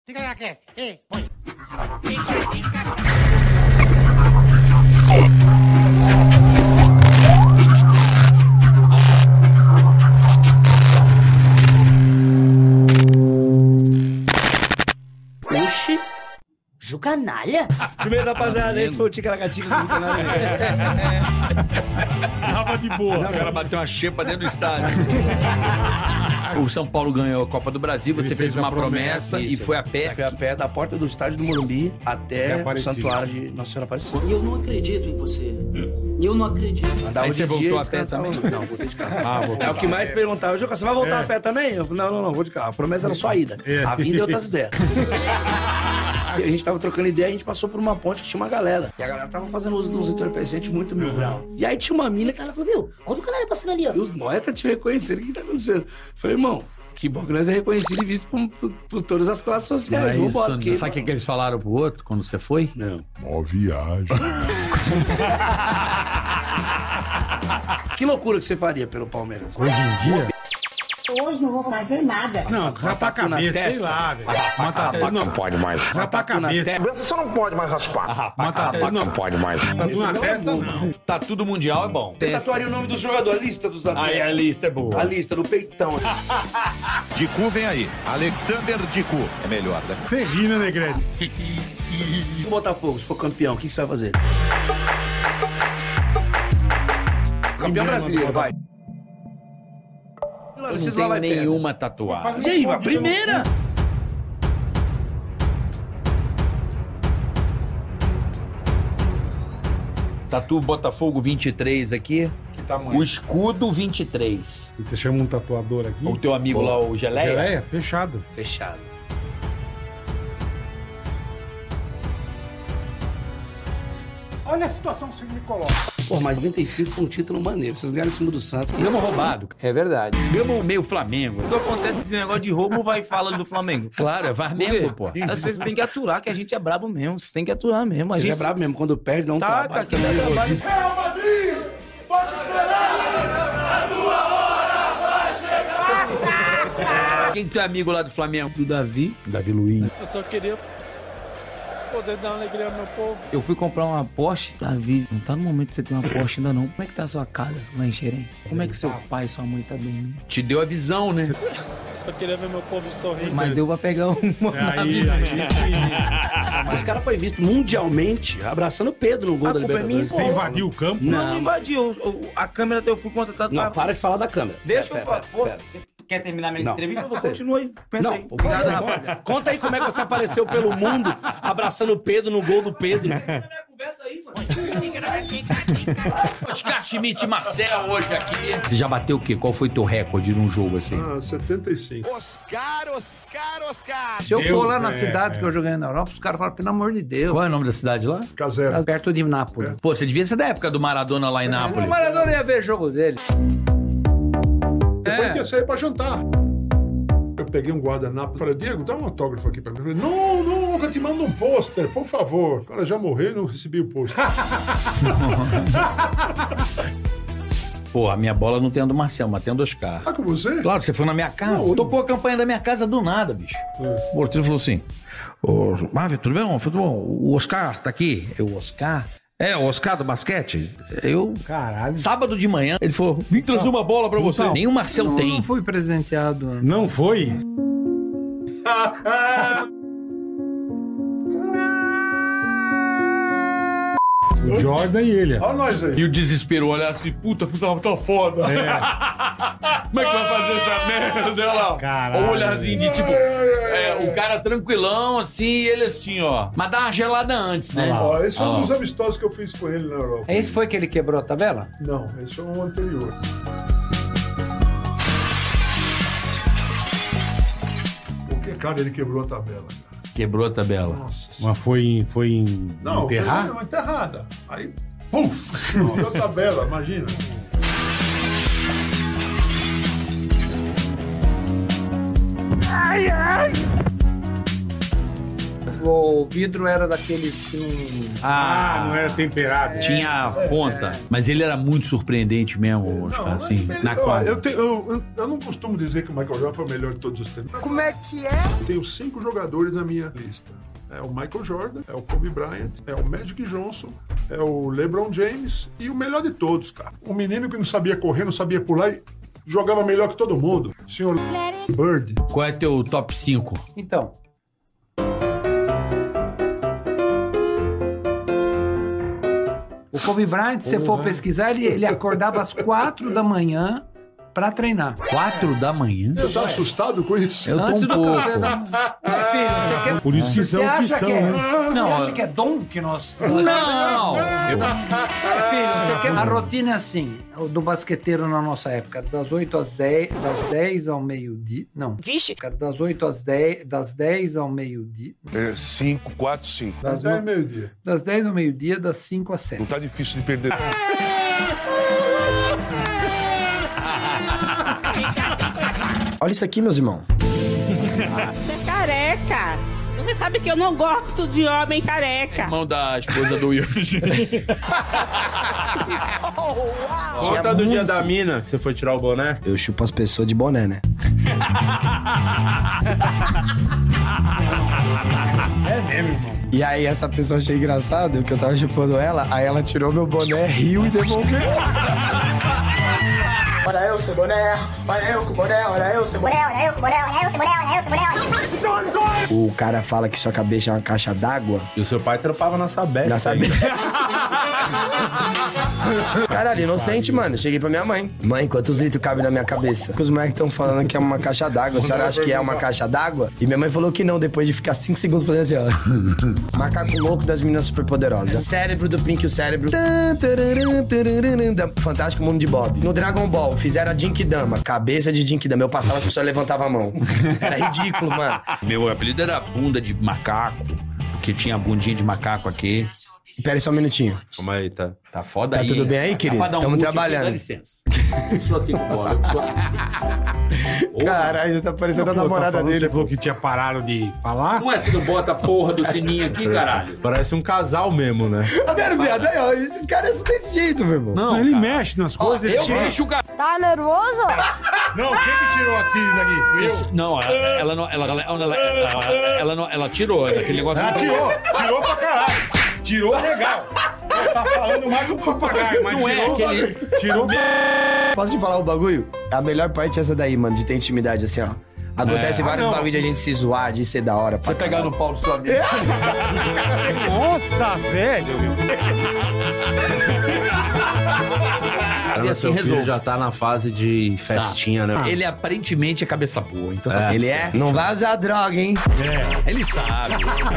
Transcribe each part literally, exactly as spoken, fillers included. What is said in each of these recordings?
Ticaracast, e põe. Oxi, Jucanalha? Primeiro, rapaziada, esse foi o Ticaracatica do Jucanalha. Tava de boa. O cara bateu uma xepa dentro do estádio. O São Paulo ganhou a Copa do Brasil, você Ele fez, fez uma a promessa, promessa, e isso. foi a pé. Foi a pé da porta do estádio do Morumbi até o Aparecida. Santuário de Nossa Senhora Aparecida. Eu não acredito em você. Eu não acredito. Andava Aí de você dia, voltou eles a pé cantavam- também? Não, voltei de carro. Ah, voltou É o que mais perguntava. Juca, você vai voltar É. a pé também? Eu falei, não, não, não, vou de carro. A promessa era só a ida. É. A vinda e outras ideias. E a gente tava trocando ideia, a gente passou por uma ponte que tinha uma galera. E a galera tava fazendo uso dos entorpecentes muito mil grau. E aí tinha uma mina que ela falou, meu, olha o Jucanalha passando ali, ó. E os moletas te reconheceram. O que tá acontecendo? Eu falei, irmão, que bom que nós é reconhecido e visto por, por, por todas as classes sociais. Não é Vambora, isso, porque- sabe o que, que eles falaram pro outro quando você foi? Não. Ó, viagem. Que loucura que você faria pelo Palmeiras? Hoje em dia... Hoje não vou fazer nada. Não, rapar a na cabeça, sei testa. lá, velho. Mata, não pode mais. Rapar a cabeça. Você não pode mais raspar. Mata, não pode mais. Tatu na testa, não. Tatu mundial é bom. Você tatuaria o nome do jogador, a lista dos atletas. Aí a lista é boa. A lista do peitão. Dicu vem aí. Alexander Dicu. É melhor, né? Você ri, né, Negrete? O Botafogo, se for campeão, o que que você vai fazer? Campeão brasileiro, vai. Eu não tenho nenhuma tatuagem. E aí, a primeira? Tatu Botafogo vinte e três aqui. Que tamanho? O escudo vinte e três. E você chama um tatuador aqui? O teu amigo lá, o Geleia? Geleia? Fechado. Fechado. Olha a situação que você me coloca. Pô, mas noventa e cinco foi um título maneiro. Vocês ganharam em cima do Santos. Ganhamos roubado. É verdade. Ganhamos meio Flamengo. Quando acontece esse negócio de roubo, vai falando do Flamengo. Claro, é Flamengo, pô. Vocês têm que aturar, que a gente é brabo mesmo. Vocês têm que aturar mesmo. A Vocês gente é brabo mesmo. Quando perde, dá um Tá, trabalho. cara, que dá trabalho. Quem tu é amigo lá do Flamengo? Do Davi. Davi Luiz. Eu só queria poder dar uma alegria ao meu povo. Eu fui comprar uma Porsche. Davi, não tá no momento de você ter uma Porsche ainda não. Como é que tá a sua casa lá em Xerém? Como é que seu pai e sua mãe tá dormindo? Te deu a visão, né? Só queria ver meu povo sorrir. Mas deu pra pegar uma Aí, aí sim. Esse cara foi visto mundialmente abraçando o Pedro no gol A da culpa é minha, Libertadores. Você invadiu o campo? Não, Não, me invadiu. O- A câmera até eu fui contratado Não, pra... para de falar da câmera. Deixa Pera, eu falar. pera, Pô, pera. quer terminar minha Não. entrevista? Você. Continua aí. Pensa Não, aí. pô, Obrigado, conta- rapaziada. Conta aí como é que você apareceu pelo mundo abraçando o Pedro no gol do Pedro. Conversa aí, mano. Oscar Schmidt Marcel hoje aqui. Você já bateu o quê? Qual foi teu recorde num jogo assim? Ah, setenta e cinco. Oscar, Oscar, Oscar. Se eu Deus, for lá na é, cidade é. que eu joguei na Europa, os caras falam, pelo amor de Deus. Qual é o nome da cidade lá? Casero. Perto de Nápoles. Pô, você devia ser da época do Maradona lá em O Nápoles. Maradona ia ver jogo dele. Depois tinha sair pra jantar. Eu peguei um guardanapo e falei, Diego, dá um autógrafo aqui pra mim. Eu falei, não, não, eu te mando um pôster, por favor. O cara já morreu e não recebi o pôster. Pô, a minha bola não tem a do Marcel, mas tem a do Oscar. Tá com você? Claro, você foi na minha casa. Não, Tocou a campanha da minha casa do nada, bicho. É. O porteiro falou assim: Ô, Marvel, tudo bem? Tudo bom? O Oscar tá aqui. Eu, Oscar? É, o Oscar do basquete. Eu. Caralho. Sábado de manhã, ele falou: vim trazer uma bola pra você. Então, Nem o Marcel tem. fui presenteado. Não foi? O Jordan e ele. Olha nós aí. E o desespero, olhar assim, puta, puta, tá foda. Como é que vai fazer essa merda dela? Caralho. O olharzinho de tipo, é, o cara tranquilão, assim, e ele assim, ó. Mas dá uma gelada antes, né? Ó, esse foi Olha um lá. dos amistosos que eu fiz com ele na Europa. Esse foi que ele quebrou a tabela? Não, esse foi um anterior. Porque, cara, ele quebrou a tabela. Cara. Quebrou a tabela. Nossa. Mas foi em, foi em Não, enterrar? foi uma enterrada. Aí, puf, explodiu a tabela, imagina. o vidro era daqueles que não... Ah, não era temperado. Tinha ponta. Mas ele era muito surpreendente mesmo, Oscar, assim, na quadra. Eu, te, eu, eu não costumo dizer que o Michael Jordan foi o melhor de todos os tempos. Como é que é? Eu tenho cinco jogadores na minha lista. É o Michael Jordan, é o Kobe Bryant, é o Magic Johnson, é o LeBron James e o melhor de todos, cara. Um menino que não sabia correr, não sabia pular e jogava melhor que todo mundo. Senhor Bird. Qual é teu top cinco? Então. O Kobe Bryant, se você for pesquisar, ele, ele acordava às quatro da manhã pra treinar. Quatro da manhã? Você tá assustado com isso? Eu tô um pouco. É, filho, você quer... Por isso que são o que são, que é... né? Não, Não, você acha que é dom que nós... Não! Eu... É, filho, você quer... A rotina é assim, o do basqueteiro na nossa época, das oito às dez, das dez ao meio-dia... Não. Vixe! Das oito às dez, das dez ao meio-dia... É cinco, quatro, cinco. Das dez ao meio-dia. Das dez ao meio-dia, das cinco às sete. Não tá difícil de perder. Olha isso aqui, meus irmãos. Você é careca. Você sabe que eu não gosto de homem careca. Irmão da esposa do Will. Conta do dia da mina que você foi tirar o boné. Eu chupo as pessoas de boné, né? É mesmo, irmão. E aí essa pessoa achei engraçado que eu tava chupando ela, aí ela tirou meu boné, riu e devolveu. Olha eu, seu boné, olha eu com o boné, olha eu, seu boné, olha eu com o boné, olha eu, seu boné, olha eu, seu boné. O cara fala que sua cabeça é uma caixa d'água. E o seu pai trampava na Sabesp. Na Sabesp. Caralho, inocente, mano. Cheguei pra minha mãe. Mãe, quantos litros cabe na minha cabeça? Porque os moleques estão falando que é uma caixa d'água. A senhora acha que é uma caixa d'água? E minha mãe falou que não, depois de ficar cinco segundos fazendo assim, ó. Macaco louco das meninas superpoderosas. Cérebro do Pink, o cérebro. Fantástico Mundo de Bob. No Dragon Ball, fizeram a Jinkidama. Cabeça de Jinkidama. Eu passava, as pessoas levantavam a mão. Era ridículo, mano. Meu apelido era bunda de macaco, porque tinha bundinha de macaco aqui. Pera aí só um minutinho. Calma aí, tá, tá foda tá aí. Tá tudo bem aí, hein? querido? Estamos um trabalhando. Dá licença. Eu sou assim com bola. Eu sou... Caralho, já tá parecendo a namorada tá dele. Você falou que tinha parado de falar? Não é se não bota a porra do sininho aqui, caralho. Parece um casal mesmo, né? Tá vendo, viado? Aí, ó, esses caras são desse jeito, meu irmão. Não, ele cara. mexe nas coisas. Ó, ele eu tira... mexo o cara. Tá nervoso? Não, quem que tirou a Siri daqui? Eu? Não, ela, ela não. Ela, ela, ela, ela, ela, não, ela tirou aquele negócio. Ela tirou, tirou pra caralho. Tirou legal. Tá falando mais do papagaio, mas não tirou, é aquele... tirou pra... Posso te falar o bagulho? A melhor parte é essa daí, mano, de ter intimidade, assim, ó. Acontece é. vários ah, bagulho de a gente se zoar, de ser da hora. Você pra pegar no pau do seu amigo. Nossa, velho. Cara, assim, seu filho já tá na fase de festinha, tá. né? Ele aparentemente é cabeça boa, então tá. É, ele é? Não vai usar droga, hein? É. Ele sabe.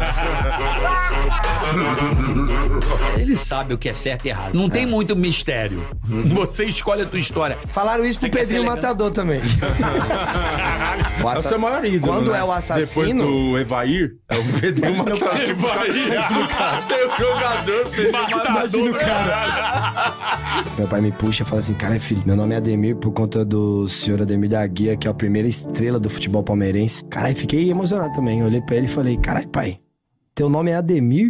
Ele sabe o que é certo e errado. Não é. tem muito mistério. Você escolhe a tua história. Falaram isso pro Pedrinho Matador também. O assa... É o seu maior ídolo, Quando né? é o assassino... Depois do Evair, é o Pedrinho Matador. Evair. Tem o jogador Pedrinho Matador. Cara. Meu pai me puxa e fala assim, cara, filho, meu nome é Ademir por conta do senhor Ademir da Guia, que é a primeira estrela do futebol palmeirense. Caralho, fiquei emocionado também. Eu olhei pra ele e falei, caralho, pai, teu nome é Ademir?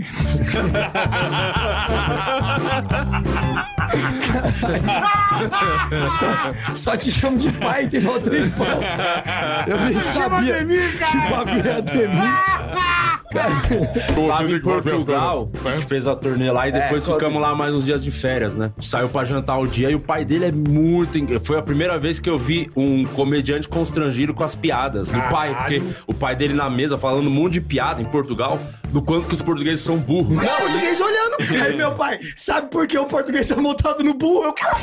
só, só te chamo de pai, tem outro irmão. Eu nem sabia Ademir, que o bagulho é Ademir. Tava em Portugal, a gente fez a turnê lá e depois é, ficamos lá mais uns dias de férias, né? Saiu pra jantar o dia e o pai dele é muito... Foi a primeira vez que eu vi um comediante constrangido com as piadas do pai, porque o pai dele na mesa falando um monte de piada em Portugal, do quanto que os portugueses são burros. Os portugueses olhando. Aí meu pai, sabe por que o português tá montado no burro? Eu, cara...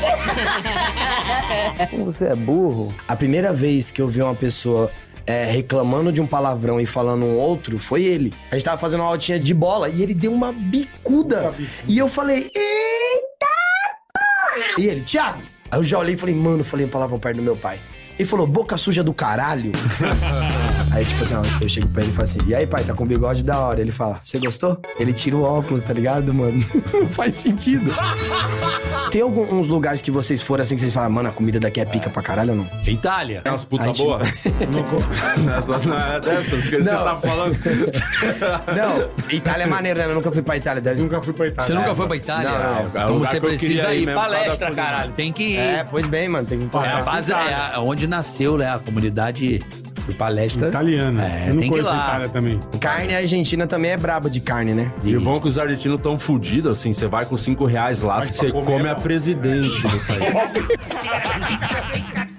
Como você é burro? A primeira vez que eu vi uma pessoa... É, reclamando de um palavrão e falando um outro, foi ele. A gente tava fazendo uma altinha de bola e ele deu uma bicuda. E eu falei, eita! E ele, Thiago! Aí eu já olhei e falei, mano, falei um palavrão perto do meu pai. Ele falou, boca suja do caralho. Aí, tipo assim, ó, eu chego pra ele e falo assim, e aí, pai, tá com bigode da hora? Ele fala, você gostou? Ele tira o óculos, tá ligado, mano? Não faz sentido. Tem alguns lugares que vocês foram assim, que vocês falam, mano, a comida daqui é pica pra caralho ou não? Itália. É umas puta gente... boa? Essa não é dessas que você tá falando. Não, Itália é maneiro, né? Eu nunca fui pra Itália. Deve... Nunca fui pra Itália. Você nunca foi pra Itália? Não, não. Então você precisa ir. Palestra, ir caralho. Tem que ir. É, pois bem, mano. Tem que ir. É a base, é a, onde nasceu, né? A comunidade de palestra. Italiana. É, eu não tem que ir conheço lá. Itália também. Carne, a Argentina também é braba de carne, né? E o bom é que os argentinos tão fudidos, assim, você vai com cinco reais lá, Mas você pra comer come é a bom. presidente do país.